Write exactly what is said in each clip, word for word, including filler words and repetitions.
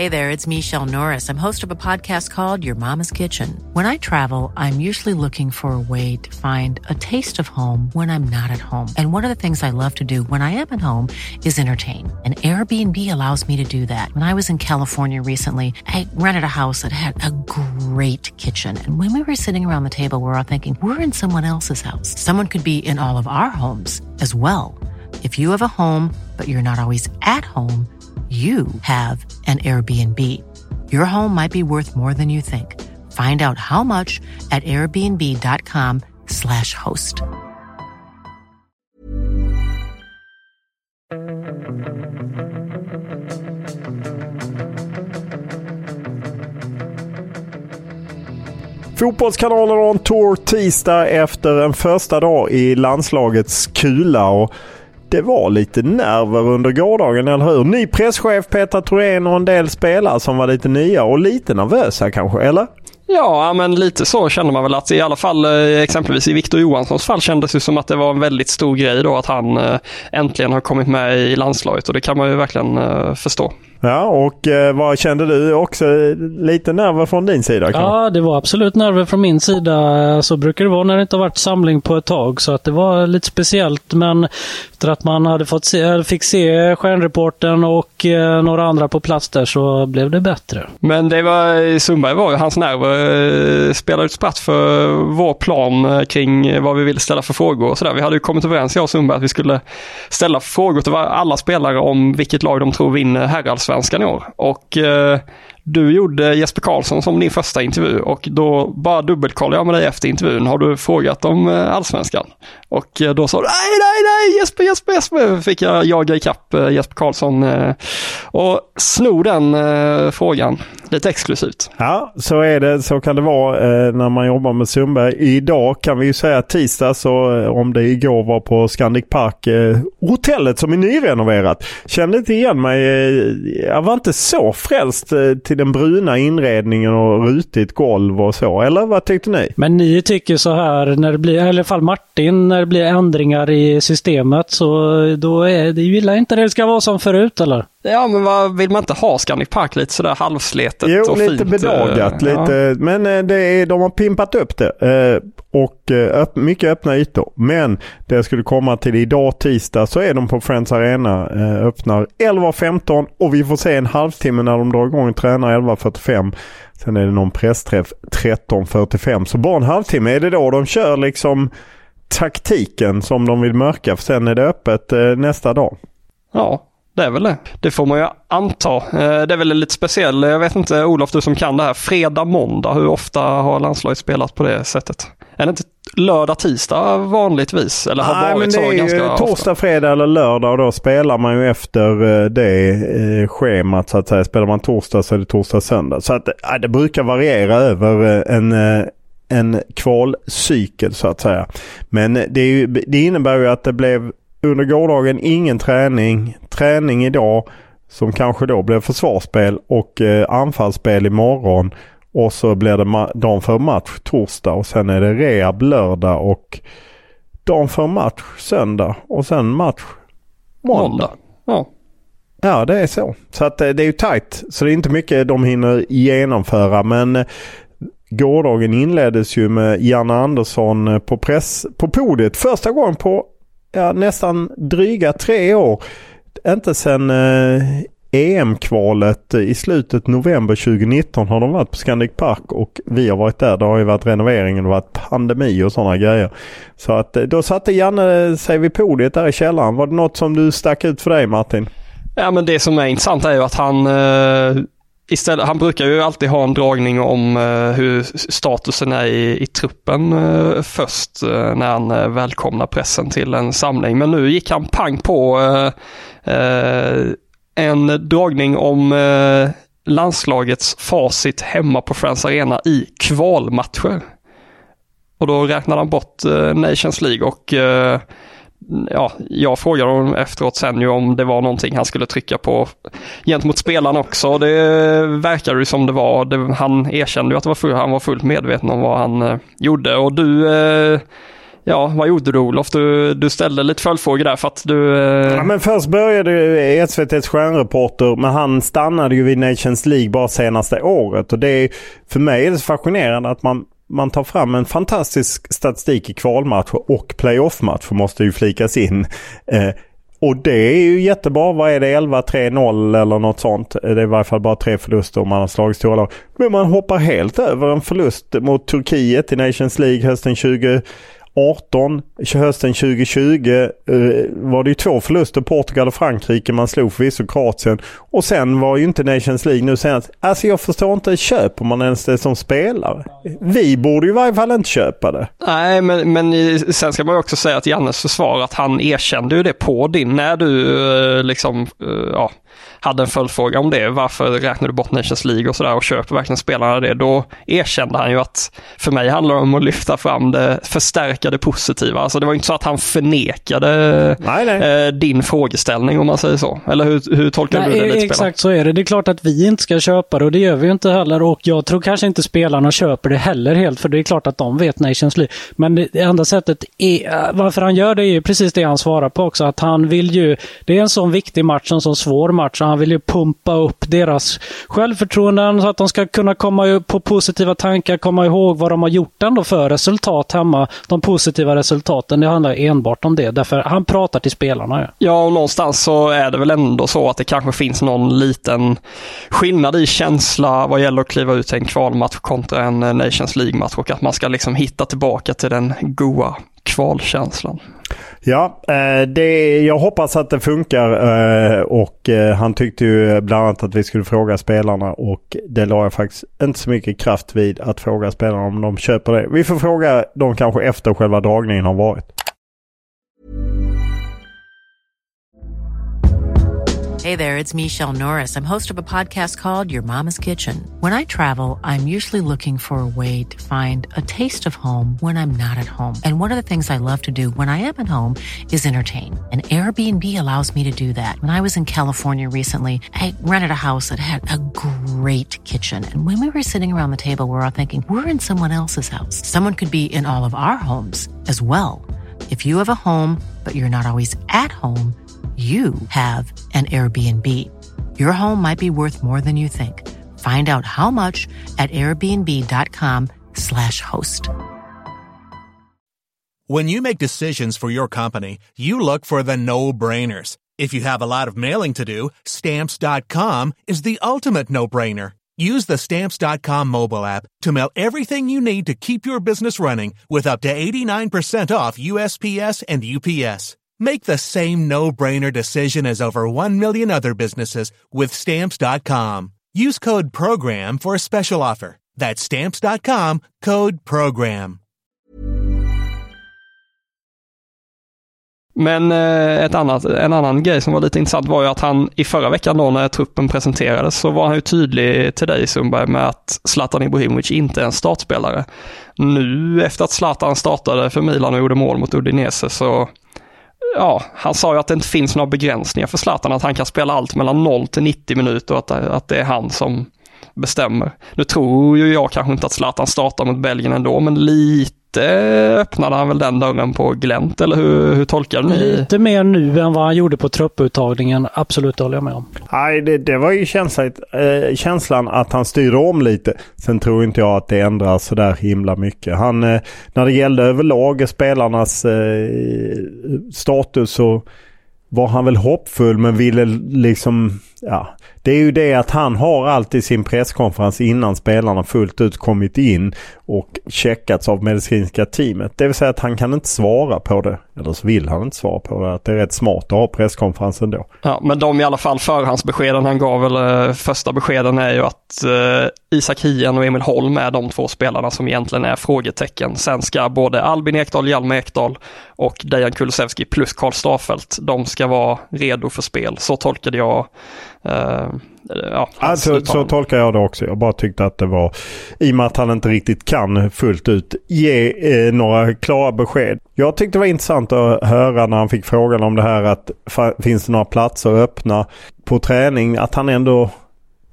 Hey there, it's Michelle Norris. I'm host of a podcast called Your Mama's Kitchen. When I travel, I'm usually looking for a way to find a taste of home when I'm not at home. And one of the things I love to do when I am at home is entertain. And Airbnb allows me to do that. When I was in California recently, I rented a house that had a great kitchen. And when we were sitting around the table, we were all thinking, we're in someone else's house. Someone could be in all of our homes as well. If you have a home, but you're not always at home, you have an Airbnb. Your home might be worth more than you think. Find out how much at airbnb.com slash host. Fotbollskanalen on tour tisdag efter en första dag i landslagets kula, och det var lite nerver under gårdagen, eller hur? Ny presschef Peter Thorén och en del spelare som var lite nya och lite nervösa kanske, eller? Ja, men lite så känner man väl att i alla fall exempelvis i Victor Johanssons fall kändes det som att det var en väldigt stor grej då att han äntligen har kommit med i landslaget, och det kan man ju verkligen förstå. Ja, och eh, vad kände du också? Lite nerver från din sida? Kan ja, det var absolut nerver från min sida. Så brukar det vara när det inte har varit samling på ett tag. Så att det var lite speciellt. Men efter att man hade fått se, fick se stjärnreporten och eh, några andra på plats där, så blev det bättre. Men det var, Sundberg var ju hans nerver eh, spelade ut spratt för vår plan kring vad vi ville ställa för frågor och sådär. Vi hade ju kommit överens, jag och Sundberg, att vi skulle ställa frågor till alla spelare om vilket lag de tror vinner herrallsvenskan i år. Och eh, du gjorde Jesper Karlsson som din första intervju, och då bara dubbelkollade jag med dig efter intervjun. Har du frågat om eh, allsvenskan? Och eh, då sa du nej, nej, nej, Jesper, Jesper, Jesper. Fick jag jaga ikapp eh, Jesper Karlsson eh, och sno den eh, frågan lite exklusivt. Ja, så är det. Så kan det vara eh, när man jobbar med Sundberg. Idag kan vi ju säga tisdag, så eh, om det igår var på Scandic Park, eh, hotellet som är nyrenoverat. Kände inte igen mig. Eh, jag var inte så frälst eh, till den bruna inredningen och rutigt golv och så. Eller vad tyckte ni? Men ni tycker så här, när det blir, i alla fall Martin, när det blir ändringar i systemet, så då är det, gillar inte det ska vara som förut, eller? Ja, men vad vill man inte ha Scandic Park lite sådär halvsletet jo, och lite fint? bedagat. Ja. Lite, men det är, de har pimpat upp det. Och öpp, mycket öppna ytor. Men det jag skulle komma till idag tisdag, så är de på Friends Arena. Öppnar elva femton och vi får se en halvtimme när de drar igång, tränar elva fyrtiofem. Sen är det någon pressträff tretton fyrtiofem. Så bara en halvtimme är det då de kör liksom taktiken som de vill mörka. För sen är det öppet nästa dag. Ja. Det är väl det. Det får man ju anta. Det är väl lite speciellt. Jag vet inte, Olof, du som kan det här. Fredag, måndag. Hur ofta har landslaget spelat på det sättet? Är det inte lördag, tisdag vanligtvis? Eller har Nej, varit men det så är ganska ju ofta? torsdag, fredag eller lördag, och då spelar man ju efter det schemat så att säga. Spelar man torsdag så är det torsdag, söndag. Så att ja, det brukar variera över en en kvalcykel så att säga. Men det, är ju, det innebär ju att det blev under gårdagen ingen träning. Träning idag som kanske då blev försvarsspel och eh, anfallsspel imorgon. Och så blir det ma- dagen för match torsdag. Och sen är det rehab lördag och dagen för match söndag. Och sen match måndag. måndag. Ja. Ja, det är så. Så att, eh, det är ju tajt. Så det är inte mycket de hinner genomföra. Men eh, gårdagen inleddes ju med Janne Andersson på press på podiet. Första gången på ja, nästan dryga tre år. Inte sedan eh, E M-kvalet i slutet november tjugonitton har de varit på Scandic Park, och vi har varit där. Det har ju varit renoveringen och varit pandemi och sådana grejer. Så att då satte Janne sig vid podiet där i källaren. Var det något som du stack ut för dig, Martin? Ja, men det som är intressant är ju att han... Eh... Istället, han brukar ju alltid ha en dragning om uh, hur statusen är i, i truppen uh, först uh, när han uh, välkomnar pressen till en samling. Men nu gick han pang på uh, uh, en dragning om uh, landslagets facit hemma på Friends Arena i kvalmatcher. Och då räknade han bort uh, Nations League, och uh, ja, jag frågade honom efteråt sen ju om det var någonting han skulle trycka på gentemot spelarna också. Det verkar ju som det var. Det, han erkände ju att det var full, han var fullt medveten om vad han eh, gjorde. Och du, eh, Ja, vad gjorde du, Olof? Du, du ställde lite följdfrågor där för att du... Eh... Ja, men först började S V T:s stjärnreporter, men han stannade ju vid Nations League bara senaste året. Och det är, för mig är det så fascinerande att man, man tar fram en fantastisk statistik i kvalmatcher och playoff-matcher måste ju flikas in. Eh, och det är ju jättebra. Vad är det? elva tre noll eller något sånt. Det är i varje fall bara tre förluster om man har slagit stora lag. Men man hoppar helt över en förlust mot Turkiet i Nations League hösten tjugo arton. Hösten tjugo tjugo eh, var det ju två förluster, Portugal och Frankrike. Man slog förvisso Kroatien. Och sen var ju inte Nations League nu senast. Alltså jag förstår inte, köper man ens det som spelare? Vi borde ju i varje fall inte köpa det. Nej, men, men sen ska man ju också säga att Jannes försvar att han erkände ju det på din, när du eh, liksom, eh, ja, hade en följdfråga om det. Varför räknar du bort Nations League och sådär och köper verkligen spelarna det? Då erkände han ju att för mig handlar det om att lyfta fram det, förstärka det positiva. Alltså det var inte så att han förnekade nej, nej. Eh, din frågeställning om man säger så. Eller hur, hur tolkar nej, du det lite? Exakt så är det. Det är klart att vi inte ska köpa det och det gör vi ju inte heller. Och jag tror kanske inte spelarna köper det heller helt, för det är klart att de vet Nations League. Men det, det enda sättet är, varför han gör det är ju precis det han svarar på också. Att han vill ju, det är en sån viktig match, en sån svår match, så han vill ju pumpa upp deras självförtroenden så att de ska kunna komma på positiva tankar, komma ihåg vad de har gjort ändå för resultat hemma. De positiva resultaten, det handlar enbart om det. Därför han pratar till spelarna. Ja, ja och någonstans så är det väl ändå så att det kanske finns någon liten skillnad i känsla vad gäller att kliva ut i en kvalmatch kontra en Nations League-match och att man ska liksom hitta tillbaka till den goa kvalkänslan. Ja, det, jag hoppas att det funkar och han tyckte ju bland annat att vi skulle fråga spelarna och det la jag faktiskt inte så mycket kraft vid att fråga spelarna om de köper det. Vi får fråga dem kanske efter själva dragningen har varit. Hey there, it's Michelle Norris. I'm host of a podcast called Your Mama's Kitchen. When I travel, I'm usually looking for a way to find a taste of home when I'm not at home. And one of the things I love to do when I am at home is entertain. And Airbnb allows me to do that. When I was in California recently, I rented a house that had a great kitchen. And when we were sitting around the table, we were all thinking, we're in someone else's house. Someone could be in all of our homes as well. If you have a home, but you're not always at home, you have an Airbnb. Your home might be worth more than you think. Find out how much at airbnb.com slash host. When you make decisions for your company, you look for the no-brainers. If you have a lot of mailing to do, stamps dot com is the ultimate no-brainer. Use the stamps dot com mobile app to mail everything you need to keep your business running with up to eighty-nine percent off U S P S and U P S. Make the same no-brainer decision as over one million other businesses with stamps dot com. Use code PROGRAM for a special offer. That's stamps dot com, code PROGRAM. Men eh, ett annat, en annan grej som var lite intressant var ju att han i förra veckan då när truppen presenterades så var han ju tydlig till dig Sundberg med att Zlatan Ibrahimovic inte är en startspelare. Nu efter att Zlatan startade för Milan och gjorde mål mot Udinese så ja, han sa ju att det inte finns några begränsningar för Zlatan, att han kan spela allt mellan noll till nittio minuter och att, att det är han som bestämmer. Nu tror ju jag kanske inte att Zlatan startar mot Belgien ändå, men lite öppnade han väl den dörren på glänt, eller hur, hur tolkar ni? Lite mer nu än vad han gjorde på trupputtagningen, absolut håller jag med om. Nej, det, det var ju känslan, eh, känslan att han styrde om lite. Sen tror inte jag att det ändrar så där himla mycket. Han, eh, när det gällde överlag spelarnas eh, status så var han väl hoppfull men ville liksom, ja, det är ju det att han har alltid sin presskonferens innan spelarna fullt ut kommit in och checkats av medicinska teamet. Det vill säga att han kan inte svara på det, eller så vill han inte svara på det, att det är rätt smart att ha presskonferensen då. Ja, men de i alla fall förhandsbeskeden han gav, eller första beskeden är ju att eh, Isak Hien och Emil Holm är de två spelarna som egentligen är frågetecken. Sen ska både Albin Ekdal, Hjalmar Ekdal och Dejan Kulusevski plus Karl Starfelt, de ska vara redo för spel. Så tolkade jag Uh, ja, alltså, så tolkar jag det också. Jag bara tyckte att det var, i och med att han inte riktigt kan fullt ut ge eh, några klara besked. Jag tyckte det var intressant att höra när han fick frågan om det här att fa- finns det några platser att öppna på träning, att han ändå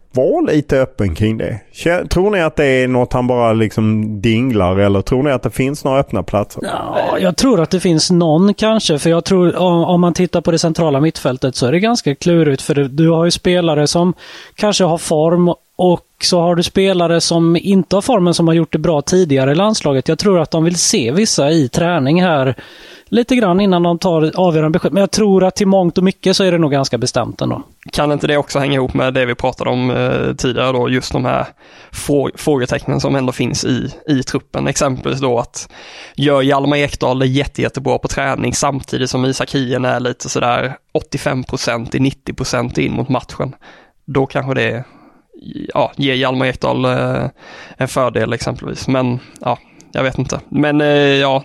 var lite öppen kring det. Tror ni att det är något han bara liksom dinglar, eller tror ni att det finns några öppna platser? Ja, jag tror att det finns någon kanske, för jag tror om, om man tittar på det centrala mittfältet så är det ganska klurigt, för det, du har ju spelare som kanske har form och så har du spelare som inte har formen som har gjort det bra tidigare i landslaget. Jag tror att de vill se vissa i träning här lite grann innan de tar avgörande besked. Men jag tror att till mångt och mycket så är det nog ganska bestämt ändå. Kan inte det också hänga ihop med det vi pratade om eh, tidigare då, just de här frå- frågetecknen som ändå finns i, i truppen. Exempelvis då att gör Hjalmar Ekdal det jätte, jättebra på träning samtidigt som Isak Hien är lite sådär åttiofem procent till nittio procent in mot matchen. Då kanske det ja, ger Hjalmar Ekdal eh, en fördel exempelvis. Men ja, jag vet inte. Men eh, ja,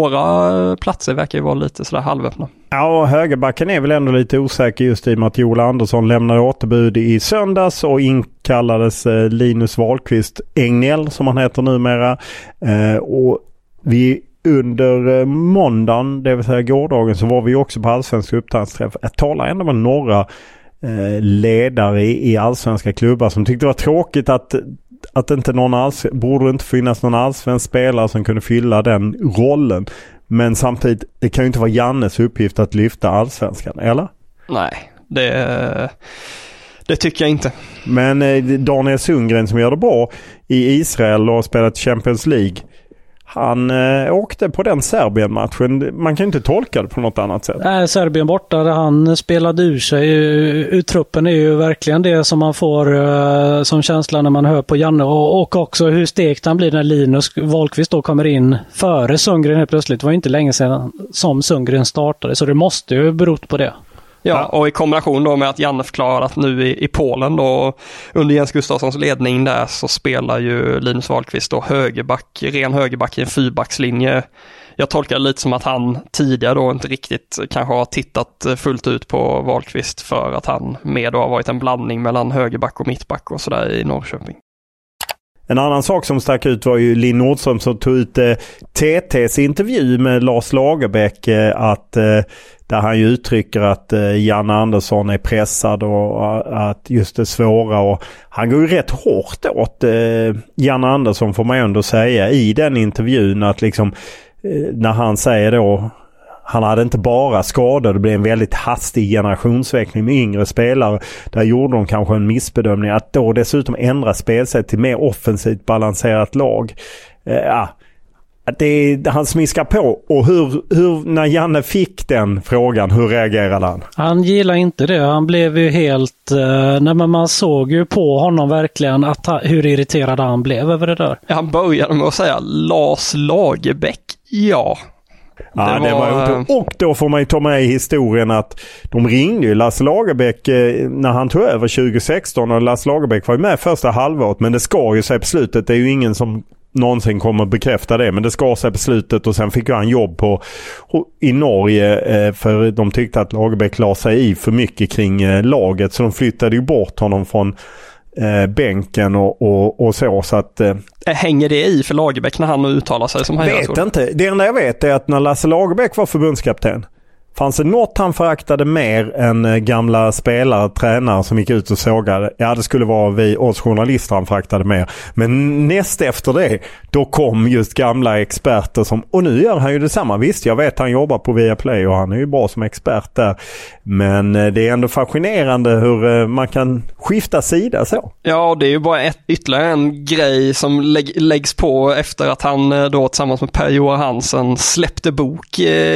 några platser verkar ju vara lite sådär halvöppna. Ja, högerbacken är väl ändå lite osäker just i och med att Joel Andersson lämnade återbud i söndags och inkallades eh, Linus Wahlqvist Engnell som han heter numera. Eh, och vi under eh, måndagen, det vill säga gårdagen, så var vi också på allsvenska upptagningsträff. Jag talar ändå med några eh, ledare i, i allsvenska klubbar som tyckte det var tråkigt att att inte någon alls, borde inte finnas någon allsvensk spelare som kunde fylla den rollen. Men samtidigt, det kan ju inte vara Jannes uppgift att lyfta allsvenskan, eller? Nej, det, det tycker jag inte. Men eh, Daniel Sundgren som gör det bra i Israel och spelat Champions League, han eh, åkte på den Serbien-matchen. Man kan inte tolka det på något annat sätt. Nej, Serbien borta där han spelade ur sig. Ur truppen är ju verkligen det som man får eh, som känsla när man hör på Janne. Och, och också hur stekt han blir när Linus Wahlqvist då kommer in före Sundgren helt plötsligt. Det var inte länge sedan som Sundgren startade. Så det måste ju berott på det. Ja, och i kombination då med att Janne förklarar att nu i, i Polen då under Jens Gustafssons ledning där så spelar ju Linus Wahlqvist då högerback, ren högerback i en fyrbackslinje. Jag tolkar det lite som att han tidigare då inte riktigt kanske har tittat fullt ut på Wahlqvist för att han med då har varit en blandning mellan högerback och mittback och sådär i Norrköping. En annan sak som stack ut var ju Linn Nordström som tog ut eh, T T:s intervju med Lars Lagerbäck eh, att eh, där han ju uttrycker att eh, Janne Andersson är pressad och uh, att just det svåra, och han går ju rätt hårt åt eh, Janne Andersson får man ändå säga i den intervjun, att liksom eh, när han säger då han hade inte bara skador, det blev en väldigt hastig generationsväxling med yngre spelare. Där gjorde de kanske en missbedömning att då dessutom ändra spelsätt till mer offensivt balanserat lag. Eh, ja, det, han smiskar på. Och hur, hur, när Janne fick den frågan, hur reagerade han? Han gillar inte det. Han blev ju helt... Eh, nej, men man såg ju på honom verkligen att ha, hur irriterad han blev över det där. Han började med att säga Lars Lagerbäck, ja... Ja, det var... Det var, och då får man ju ta med i historien att de ringde ju Lasse Lagerbäck när han tog över tjugo sexton, och Lasse Lagerbäck var ju med första halvåret, men det ska ju sig på slutet, det är ju ingen som någonsin kommer bekräfta det, men det ska sig på slutet, och sen fick han jobb på i Norge för de tyckte att Lagerbäck la sig i för mycket kring laget, så de flyttade ju bort honom från Eh, bänken och, och, och så, så att eh, hänger det i för Lagerbäck när han uttalar sig som han gör? Vet inte. Det enda jag vet är att när Lasse Lagerbäck var förbundskapten, fanns det något han föraktade mer än gamla spelare, tränare som gick ut och sågade? Ja, det skulle vara vi, oss journalister han föraktade mer. Men näst efter det, då kom just gamla experter som, och nu gör han ju detsamma. Visst, jag vet han jobbar på Viaplay och han är ju bra som expert där. Men det är ändå fascinerande hur man kan skifta sida så. Ja, det är ju bara ett, ytterligare en grej som lägg, läggs på efter att han då tillsammans med Per-Johan Hansen släppte bok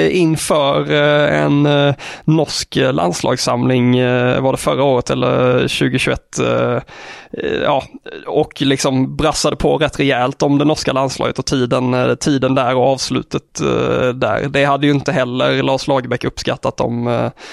inför en eh, norsk landslagssamling eh, var det förra året eller tjugohundratjugoett eh, ja, och liksom brassade på rätt rejält om det norska landslaget och tiden, eh, tiden där och avslutet eh, där. Det hade ju inte heller Lars Lagerbäck uppskattat om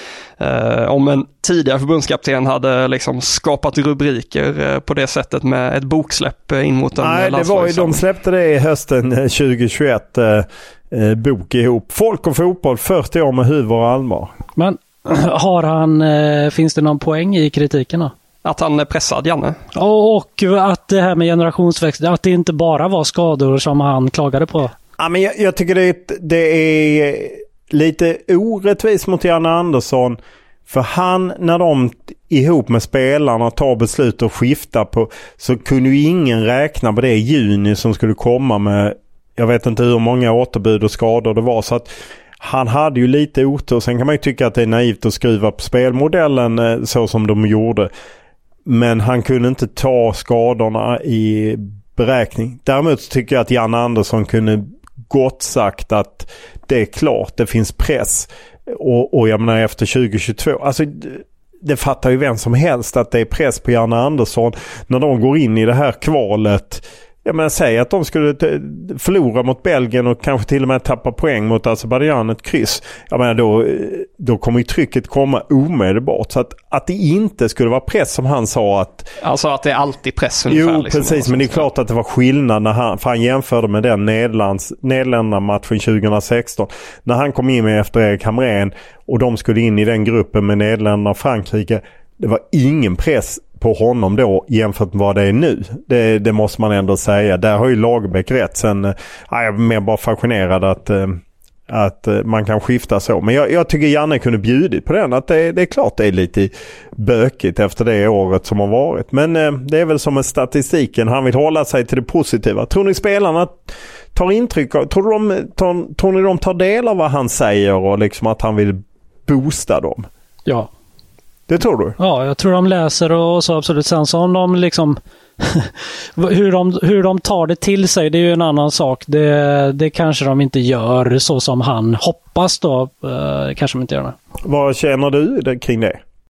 eh, om en tidigare förbundskapten hade liksom skapat rubriker eh, på det sättet med ett boksläpp in mot en landslagssamling. Nej, det var ju, de släppte det i hösten tjugohundratjugoett eh, Eh, bok ihop. Folk och fotboll fyrtio år med huvud och allvar. Men har han, eh, finns det någon poäng i kritiken då? Att han är pressad, Janne. Och, och att det här med generationsväxling, att det inte bara var skador som han klagade på. Ja, men jag, jag tycker det är, det är lite orättvist mot Janne Andersson. För han, när de ihop med spelarna tar beslut och skiftar på, så kunde ju ingen räkna på det i juni som skulle komma med, jag vet inte hur många återbud och skador det var, så att han hade ju lite otur. Sen kan man ju tycka att det är naivt att skruva på spelmodellen så som de gjorde. Men han kunde inte ta skadorna i beräkning. Däremot tycker jag att Jan Andersson kunde gott sagt att det är klart, det finns press. Och, och jag menar efter tjugo tjugotvå, alltså det fattar ju vem som helst att det är press på Jan Andersson när de går in i det här kvalet. Jag menar, säg att de skulle t- förlora mot Belgien och kanske till och med tappa poäng mot Azerbaijan, ett kryss. Jag menar, då, då kommer ju trycket komma omedelbart. Så att, att det inte skulle vara press som han sa att... Alltså att det är alltid press ungefär. Jo, liksom, precis. Men det är klart att det var skillnad när han... För han jämförde med den Nederlands, Nederländerna-matchen tjugohundrasexton. När han kom in med efter Erik Hamrén och de skulle in i den gruppen med Nederländerna och Frankrike. Det var ingen press på honom då jämfört med vad det är nu. Det, det måste man ändå säga. Där har ju Lagerbäck rätt. Sen äh, jag är mer bara fascinerad att, äh, att äh, man kan skifta så. Men jag, jag tycker Janne kunde bjudit på den. Att det, det är klart det är lite bökigt efter det året som har varit. Men äh, det är väl som med statistiken. Han vill hålla sig till det positiva. Tror ni spelarna tar intryck av, tror, de, tar, tror ni de tar del av vad han säger och liksom att han vill boosta dem? Ja. Det tror du? Ja, jag tror de läser och så absolut. Sen så om de liksom hur, de, hur de tar det till sig, det är ju en annan sak. Det, det kanske de inte gör så som han hoppas då. Eh, kanske de inte gör det. Vad känner du kring det?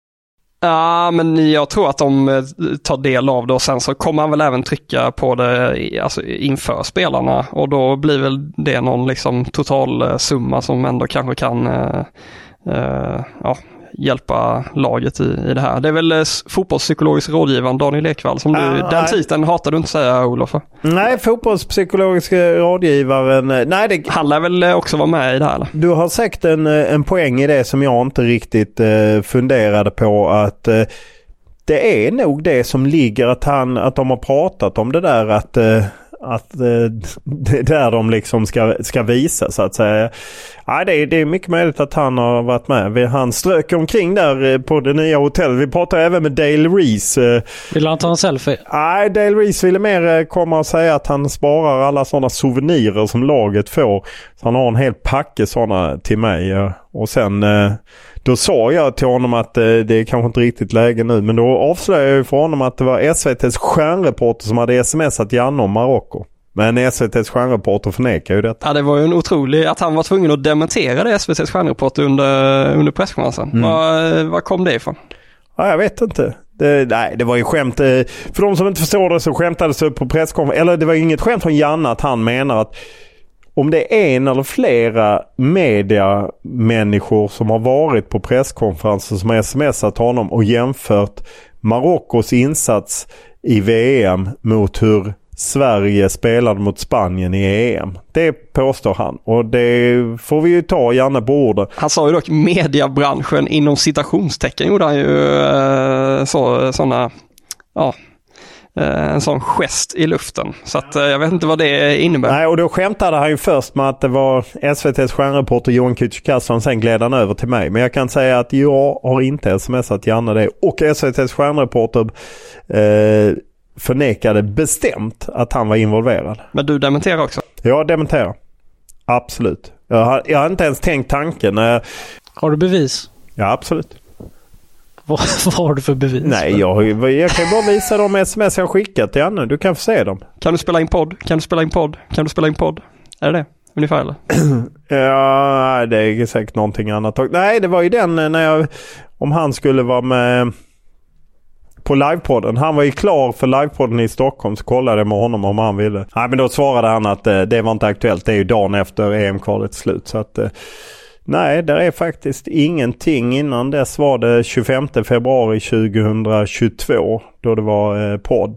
Ja, men jag tror att de tar del av det och sen så kommer han väl även trycka på det alltså inför spelarna och då blir väl det någon liksom total summa som ändå kanske kan uh, uh, ja, hjälpa laget i, i det här. Det är väl uh, fotbollspsykologisk rådgivare Daniel Ekvall som du, ah, den titeln hatar du inte säga, Olof? Nej, fotbollspsykologisk rådgivaren. Nej, det... Han lär väl också vara med i det här? Eller? Du har sagt en, en poäng i det som jag inte riktigt uh, funderade på, att uh, det är nog det som ligger att, han, att de har pratat om det där att uh, att eh, det är där de liksom ska, ska visa så att säga. Ja, det, är, det är mycket möjligt att han har varit med. Han strök omkring där på det nya hotellet. Vi pratar även med Dale Reese. Vill han ta en selfie? Nej, Dale Reese ville mer komma och säga att han sparar alla sådana souvenirer som laget får. Så han har en hel packe sådana till mig. Och sen då sa jag till honom att det är kanske inte riktigt läge nu. Men då avslöjade jag för honom att det var S V T:s stjärnreporter som hade smsat Janne om Marocko. Men S V T:s stjärnreporter förnekar ju detta. Ja, det var ju en otrolig att han var tvungen att dementera det S V T:s stjärnreporter under, under presskonferensen. Mm. Var, var kom det ifrån? Ja, jag vet inte. Det, nej, det var ju skämt. För de som inte förstår det så skämtades det på presskonferensen. Eller det var ju inget skämt från Janne att han menar att om det är en eller flera mediamänniskor som har varit på presskonferenser som har smsat honom och jämfört Marockos insats i V M mot hur Sverige spelade mot Spanien i E M. Det påstår han. Och det får vi ju ta Janne på orden. Han sa ju dock mediebranschen inom citationstecken gjorde han ju äh, så, såna, ja, äh, en sån gest i luften. Så att, äh, jag vet inte vad det innebär. Nej, och då skämtade han ju först med att det var S V T:s stjärnreporter Johan Kücükaslan, sen gled han över till mig. Men jag kan säga att jag har inte smsat Janne det. Och S V T:s stjärnreporter eh, förnekade bestämt att han var involverad. Men du dementerar också? Jag dementerar. Absolut. Jag har, jag har inte ens tänkt tanken. Jag... Har du bevis? Ja, absolut. Vad, vad har du för bevis? Nej, jag, jag kan bara visa de sms jag skickat till Janne. Du kan få se dem. Kan du spela in podd? Kan du spela in podd? Kan du spela in podd? Är det det? Ungefär eller? Ja, det är säkert någonting annat. Nej, det var ju den när jag... Om han skulle vara med... På livepodden. Han var ju klar för livepodden i Stockholm, så kollade jag med honom om han ville. Nej, men då svarade han att eh, det var inte aktuellt. Det är ju dagen efter E M-kvalet slut. Så att eh, nej, det är faktiskt ingenting. Innan dess var det tjugofemte februari tjugohundratjugotvå då det var eh, podd.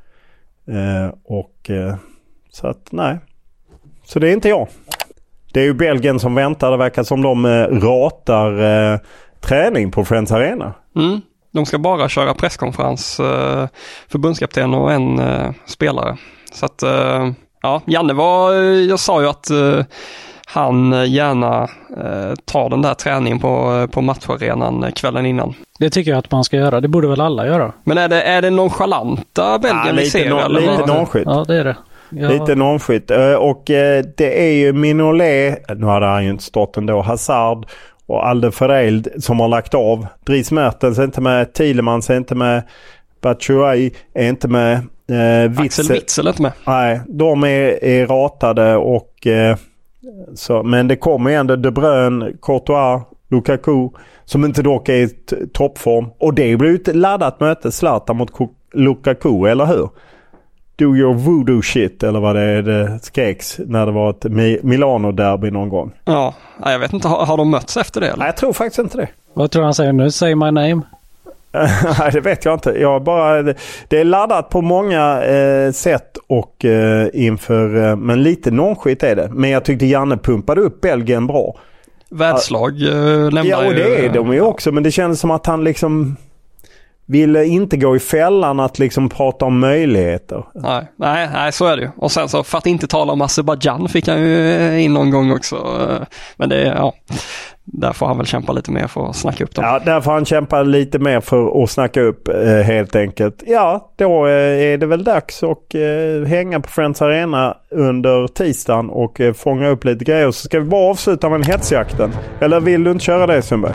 Eh, och eh, så att nej. Så det är inte jag. Det är ju Belgien som väntar. Det verkar som de eh, ratar eh, träning på Friends Arena. Mm. De ska bara köra presskonferens, eh, förbundskapten och en eh, spelare. Så att, eh, ja, Janne var, jag sa ju att eh, han gärna eh, tar den där träningen på, på matcharenan kvällen innan. Det tycker jag att man ska göra. Det borde väl alla göra. Men är det, är det nonchalanta Belgien ja, vi ser? No, eller lite nonskit. Ja, det är det. Ja. Lite nonskit. Och det är ju Mignolet, nu hade han ju inte stått ändå, Hazard och Alderweireld som har lagt av. Dries Mertens är inte med, Thielemans är inte med, Batshuayi är inte med. Eh, Witzel, Axel Witzel är inte med. Nej, de är, är ratade och eh, så, men det kommer ändå De Bruyne, Courtois, Lukaku som inte dock är i t- toppform. Och det blir ett laddat möte, Zlatan mot K- Lukaku, eller hur? Do your voodoo shit, eller vad det är det skreks när det var ett Mi- Milano-derby någon gång. Ja, jag vet inte, har, har de mötts efter det? Eller? Nej, jag tror faktiskt inte det. Vad tror han säger nu? Say my name. Nej, det vet jag inte. Jag bara, det, det är laddat på många eh, sätt och eh, inför, eh, men lite nonskit är det. Men jag tyckte Janne pumpade upp Belgien bra. Världslag eh, nämnde Ja, och det är de ju också, men det känns som att han liksom ville inte gå i fällan att liksom prata om möjligheter. Nej, nej, nej, så är det ju. Och sen så, för att inte tala om Azerbaijan fick han ju in någon gång också. Men det, ja, där får han väl kämpa lite mer för att snacka upp dem. Ja, där får han kämpa lite mer för att snacka upp eh, helt enkelt. Ja, då eh, är det väl dags att eh, hänga på Friends Arena under tisdagen och eh, fånga upp lite grejer. Så ska vi bara avsluta med en hetsjakten. Eller vill du inte köra det, Sundberg?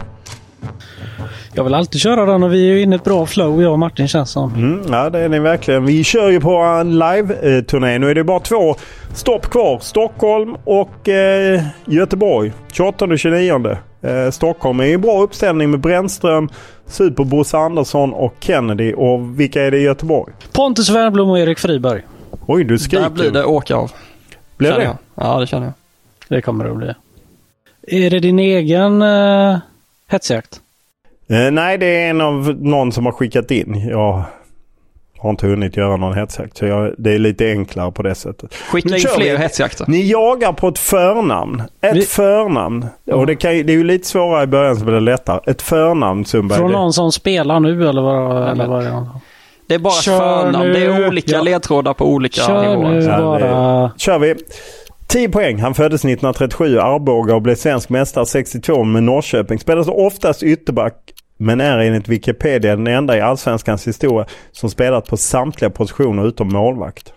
Jag vill alltid köra den och vi är ju inne i ett bra flow, jag och Martin, känns som. Mm, ja, det är ni verkligen. Vi kör ju på en live-turné. Nu är det bara två stopp kvar. Stockholm och eh, Göteborg. tjugoåttonde och tjugonionde. Eh, Stockholm är ju en bra uppställning med Brännström, Superboss Andersson och Kennedy. Och vilka är det i Göteborg? Pontus Wernbloom och Erik Friberg. Oj, du skriker. Där blir det åka av. Blir det? Jag. Ja, det känner jag. Det kommer det att bli. Är det din egen eh, hetsjakt? Eh, nej, det är en av någon som har skickat in. Jag har inte hunnit göra någon hetsjakt, så jag, det är lite enklare på det sättet. Skicka in fler hetsjakter. Ni jagar på ett förnamn. Ett vi... förnamn. Ja. Och det, kan, det är ju lite svårare i början så blir det lättare. Ett förnamn, Sundberg. Från någon som spelar nu eller vad, eller vad är det? Det är bara ett förnamn. Nu. Det är olika ja. ledtrådar på olika Kör nivåer. Nu bara... Kör vi. tio poäng. Han föddes nittonhundratrettiosju i Arboga och blev svensk mästare sextiotvå med Norrköping. Spelade oftast ytterback, men är enligt Wikipedia den enda i allsvenskans historia som spelat på samtliga positioner utom målvakt.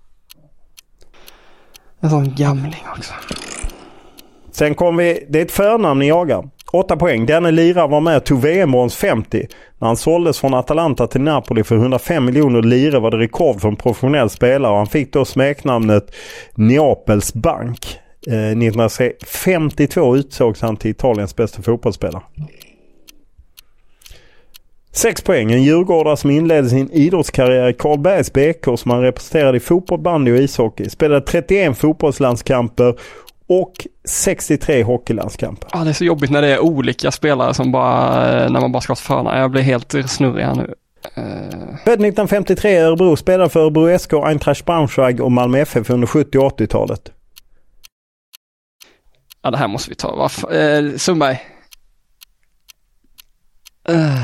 En sån gamling också. Sen kom vi, det är ett förnamn ni jagar. åtta poäng. Denne lira var med och tog V M-brons femtio. När han såldes från Atalanta till Napoli för hundrafem miljoner lire var det rekord för en professionell spelare. Och han fick då smeknamnet Neapels bank. Eh, nittonhundrafemtiotvå utsågs han till Italiens bästa fotbollsspelare. Sex poäng. En djurgårdare som inledde sin idrottskarriär i Karlbergs B K som han representerade i fotboll, bandy och ishockey. Spelade trettioen fotbollslandskamper och sextiotre hockeylandskamper. Ja, det är så jobbigt när det är olika spelare som bara, när man bara ska förna. Jag blir helt snurrig här nu. Uh... Född nittonhundrafemtiotre i Örebro, spelade för Örebro S K, Eintracht Braunschweig och Malmö F F under sjuttio- och åttiotalet. Ja, det här måste vi ta. Varför? Uh, Sundberg. Uh...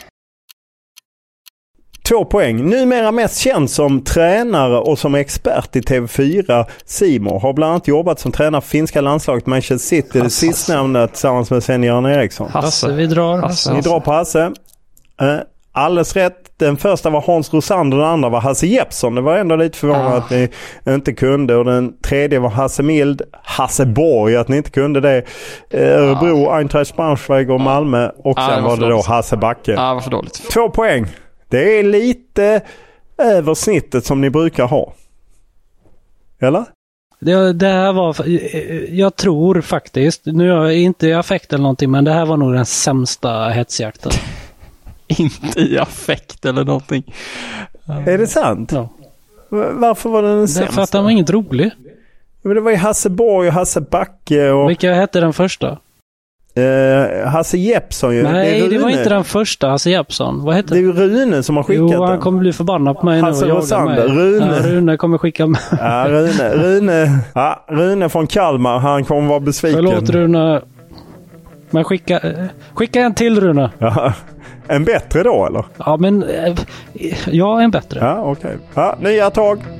Två poäng. Numera mest känd som tränare och som expert i T V fyra, Simon. Har bland annat jobbat som tränare för finska landslaget Manchester City. Det sistnämnda tillsammans med Sven-Göran Eriksson. Hasse, vi drar. Hasse. Vi drar på Hasse. Uh, alldeles rätt. Den första var Hans Rosander, den andra var Hasse Jeppsson. Det var ändå lite förvånande ah. att ni inte kunde. Och den tredje var Hasse Mild. Hasse Borg, att ni inte kunde det. Uh, Örebro, ah. Eintracht Braunschweig och Malmö. Och ah, sen var, var det då Hasse Backe. Ja, ah, var för dåligt. Två poäng. Det är lite över snittet som ni brukar ha. Eller? Det, det här var, jag tror faktiskt, nu är jag inte i affekt eller någonting, men det här var nog den sämsta hetsjakten. Inte i affekt eller någonting. Är det sant? Ja. Varför var den den sämsta? Därför att den var inget rolig. Men det var ju Hasse Borg och Hasse Backe. Och... Vilka hette den första? Uh, Hasse Jeppsson ju. Nej, det, det var inte den första Hasse Jeppsson. Vad hette det? är ju Rune som har skickat jo, han den. kommer bli förbannad på mig Hasse nu och jaga mig. Rune. Ja, Rune kommer skicka mig. Ja, Rune. Rune. Ja, Rune från Kalmar. Han kommer vara besviken. Förlåt Rune. Men skicka, skicka en till Rune. Ja. En bättre då eller? Ja, men ja, en bättre. Ja, okej. Okay. Ja, nya tag.